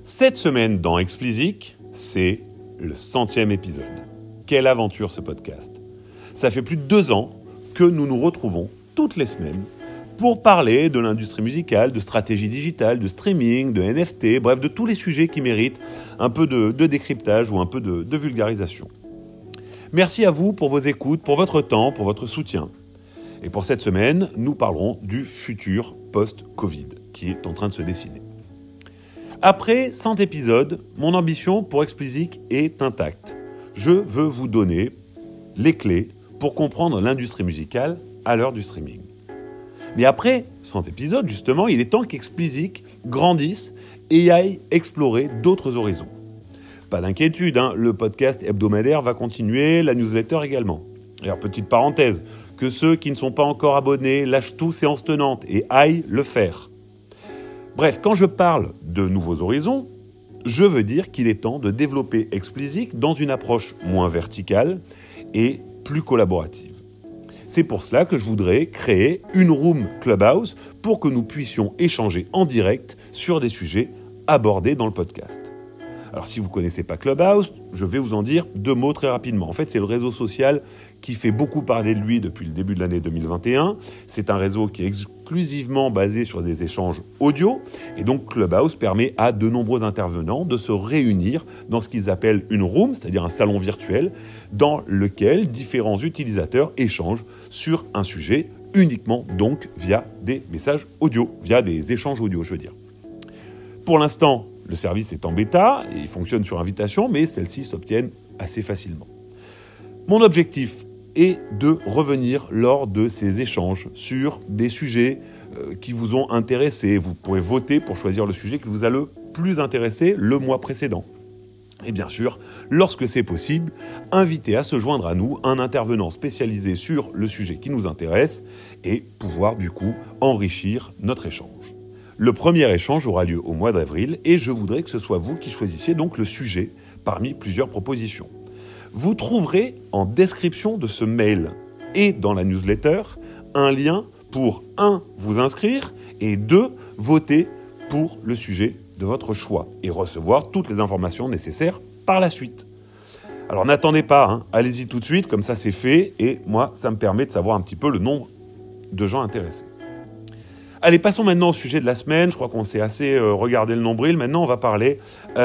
Cette semaine dans Explicit, c'est le 100e épisode. Quelle aventure ce podcast. Ça fait plus de 2 ans que nous nous retrouvons toutes les semaines pour parler de l'industrie musicale, de stratégie digitale, de streaming, de NFT, bref, de tous les sujets qui méritent un peu de décryptage ou un peu de vulgarisation. Merci à vous pour vos écoutes, pour votre temps, pour votre soutien. Et pour cette semaine, nous parlerons du futur post-Covid qui est en train de se dessiner. Après 100 épisodes, mon ambition pour Explicit est intacte. Je veux vous donner les clés pour comprendre l'industrie musicale à l'heure du streaming. Mais après 100 épisodes, justement, il est temps qu'Explicit grandisse et aille explorer d'autres horizons. Pas d'inquiétude, le podcast hebdomadaire va continuer, la newsletter également. Alors, petite parenthèse, que ceux qui ne sont pas encore abonnés lâchent tout séance tenante et aillent le faire. Bref, quand je parle de nouveaux horizons, je veux dire qu'il est temps de développer Explicit dans une approche moins verticale et plus collaborative. C'est pour cela que je voudrais créer une room Clubhouse pour que nous puissions échanger en direct sur des sujets abordés dans le podcast. Alors si vous ne connaissez pas Clubhouse, je vais vous en dire 2 mots très rapidement. En fait, c'est le réseau social qui fait beaucoup parler de lui depuis le début de l'année 2021. C'est un réseau qui est exclusivement basé sur des échanges audio. Et donc Clubhouse permet à de nombreux intervenants de se réunir dans ce qu'ils appellent une room, c'est-à-dire un salon virtuel, dans lequel différents utilisateurs échangent sur un sujet uniquement donc via des messages audio, via des échanges audio, je veux dire. Pour l'instant, le service est en bêta et il fonctionne sur invitation, mais celles-ci s'obtiennent assez facilement. Mon objectif est de revenir lors de ces échanges sur des sujets qui vous ont intéressé. Vous pourrez voter pour choisir le sujet qui vous a le plus intéressé le mois précédent. Et bien sûr, lorsque c'est possible, inviter à se joindre à nous un intervenant spécialisé sur le sujet qui nous intéresse et pouvoir du coup enrichir notre échange. Le premier échange aura lieu au mois d'avril et je voudrais que ce soit vous qui choisissiez donc le sujet parmi plusieurs propositions. Vous trouverez en description de ce mail et dans la newsletter un lien pour 1. Vous inscrire et 2. Voter pour le sujet de votre choix et recevoir toutes les informations nécessaires par la suite. Alors n'attendez pas, allez-y tout de suite, comme ça c'est fait et moi ça me permet de savoir un petit peu le nombre de gens intéressés. Allez, passons maintenant au sujet de la semaine. Je crois qu'on s'est assez regardé le nombril. Maintenant, on va parler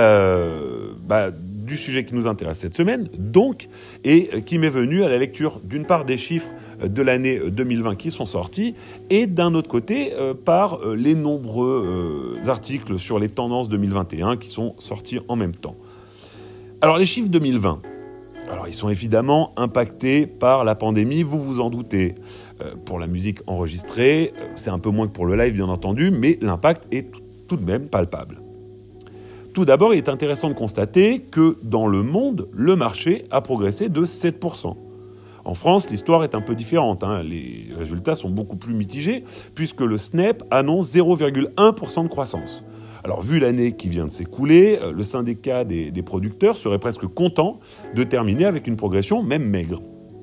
du sujet qui nous intéresse cette semaine, donc, et qui m'est venu à la lecture, d'une part, des chiffres de l'année 2020 qui sont sortis, et d'un autre côté, par les nombreux articles sur les tendances 2021 qui sont sortis en même temps. Alors, les chiffres 2020, alors, ils sont évidemment impactés par la pandémie, vous vous en doutez. Pour la musique enregistrée, c'est un peu moins que pour le live, bien entendu, mais l'impact est tout de même palpable. Tout d'abord, il est intéressant de constater que dans le monde, le marché a progressé de 7%. En France, l'histoire est un peu différente. Les résultats sont beaucoup plus mitigés, puisque le SNEP annonce 0,1% de croissance. Alors, vu l'année qui vient de s'écouler, le syndicat des producteurs serait presque content de terminer avec une progression même maigre.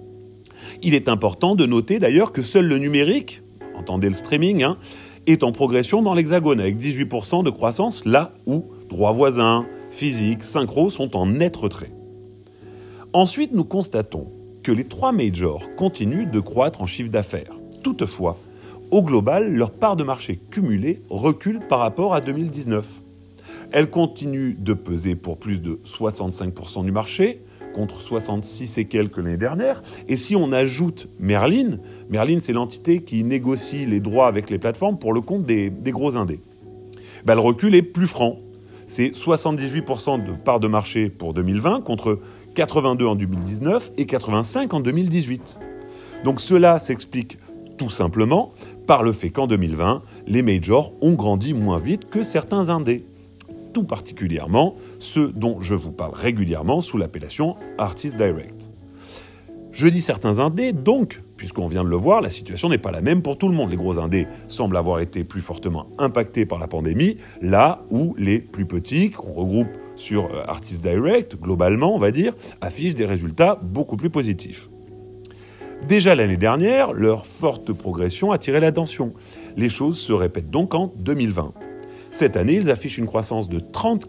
Il est important de noter d'ailleurs que seul le numérique, entendez le streaming, est en progression dans l'Hexagone, avec 18% de croissance, là où droits voisins, physique, synchro sont en net retrait. Ensuite, nous constatons que les 3 majors continuent de croître en chiffre d'affaires. Toutefois, au global, leur part de marché cumulée recule par rapport à 2019. Elle continue de peser pour plus de 65% du marché, contre 66 et quelques l'année dernière. Et si on ajoute Merlin, c'est l'entité qui négocie les droits avec les plateformes pour le compte des gros indés. Le recul est plus franc. C'est 78% de part de marché pour 2020 contre 82 en 2019 et 85 en 2018. Donc cela s'explique tout simplement par le fait qu'en 2020, les majors ont grandi moins vite que certains indés. Tout particulièrement ceux dont je vous parle régulièrement sous l'appellation Artist Direct. Je dis certains indés, donc, puisqu'on vient de le voir, la situation n'est pas la même pour tout le monde. Les gros indés semblent avoir été plus fortement impactés par la pandémie, là où les plus petits, qu'on regroupe sur Artist Direct, globalement, on va dire, affichent des résultats beaucoup plus positifs. Déjà l'année dernière, leur forte progression attirait l'attention. Les choses se répètent donc en 2020. Cette année, ils affichent une croissance de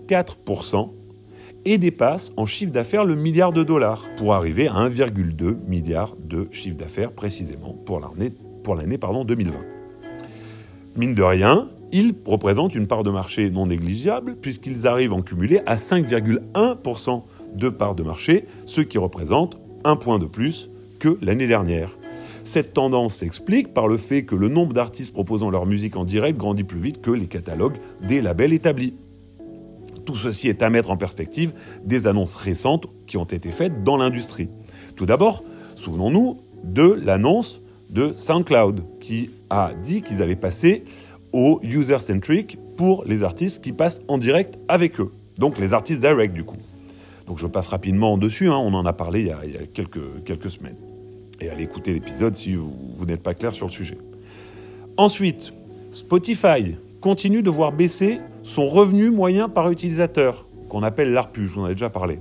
34% et dépassent en chiffre d'affaires le $1 milliard pour arriver à 1,2 milliard de chiffre d'affaires précisément pour l'année 2020. Mine de rien, ils représentent une part de marché non négligeable puisqu'ils arrivent en cumulé à 5,1% de part de marché, ce qui représente un point de plus que l'année dernière. Cette tendance s'explique par le fait que le nombre d'artistes proposant leur musique en direct grandit plus vite que les catalogues des labels établis. Tout ceci est à mettre en perspective des annonces récentes qui ont été faites dans l'industrie. Tout d'abord, souvenons-nous de l'annonce de SoundCloud qui a dit qu'ils allaient passer au user-centric pour les artistes qui passent en direct avec eux. Donc les artistes direct du coup. Donc je passe rapidement dessus, on en a parlé il y a quelques semaines. Et allez écouter l'épisode si vous n'êtes pas clair sur le sujet. Ensuite, Spotify continue de voir baisser son revenu moyen par utilisateur, qu'on appelle l'ARPU, je vous en ai déjà parlé.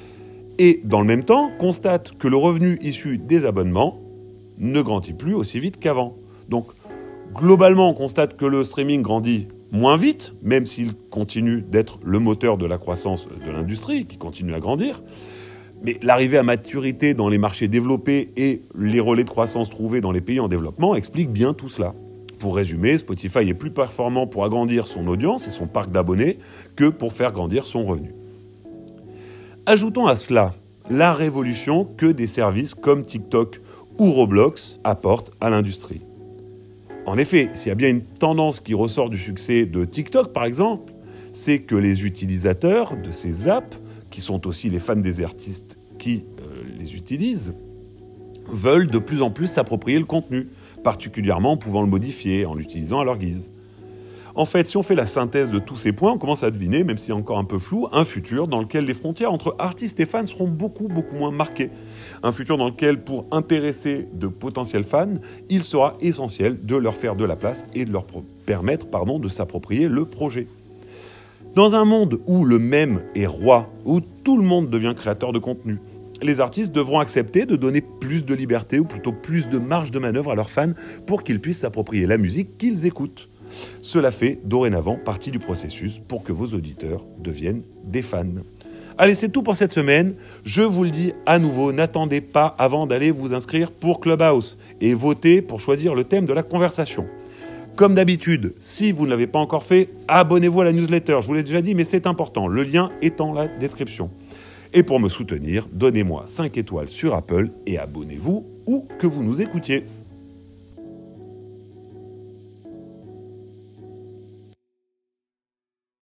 Et dans le même temps, constate que le revenu issu des abonnements ne grandit plus aussi vite qu'avant. Donc, globalement, on constate que le streaming grandit moins vite, même s'il continue d'être le moteur de la croissance de l'industrie, qui continue à grandir. Mais l'arrivée à maturité dans les marchés développés et les relais de croissance trouvés dans les pays en développement expliquent bien tout cela. Pour résumer, Spotify est plus performant pour agrandir son audience et son parc d'abonnés que pour faire grandir son revenu. Ajoutons à cela la révolution que des services comme TikTok ou Roblox apportent à l'industrie. En effet, s'il y a bien une tendance qui ressort du succès de TikTok par exemple, c'est que les utilisateurs de ces apps, qui sont aussi les fans des artistes qui les utilisent, veulent de plus en plus s'approprier le contenu, particulièrement en pouvant le modifier, en l'utilisant à leur guise. En fait, si on fait la synthèse de tous ces points, on commence à deviner, même si c'est encore un peu flou, un futur dans lequel les frontières entre artistes et fans seront beaucoup moins marquées. Un futur dans lequel, pour intéresser de potentiels fans, il sera essentiel de leur faire de la place et de leur permettre de s'approprier le projet. Dans un monde où le mème est roi, où tout le monde devient créateur de contenu, les artistes devront accepter de donner plus de liberté ou plutôt plus de marge de manœuvre à leurs fans pour qu'ils puissent s'approprier la musique qu'ils écoutent. Cela fait dorénavant partie du processus pour que vos auditeurs deviennent des fans. Allez, c'est tout pour cette semaine. Je vous le dis à nouveau, n'attendez pas avant d'aller vous inscrire pour Clubhouse et voter pour choisir le thème de la conversation. Comme d'habitude, si vous ne l'avez pas encore fait, abonnez-vous à la newsletter. Je vous l'ai déjà dit, mais c'est important. Le lien est dans la description. Et pour me soutenir, donnez-moi 5 étoiles sur Apple et abonnez-vous où que vous nous écoutiez.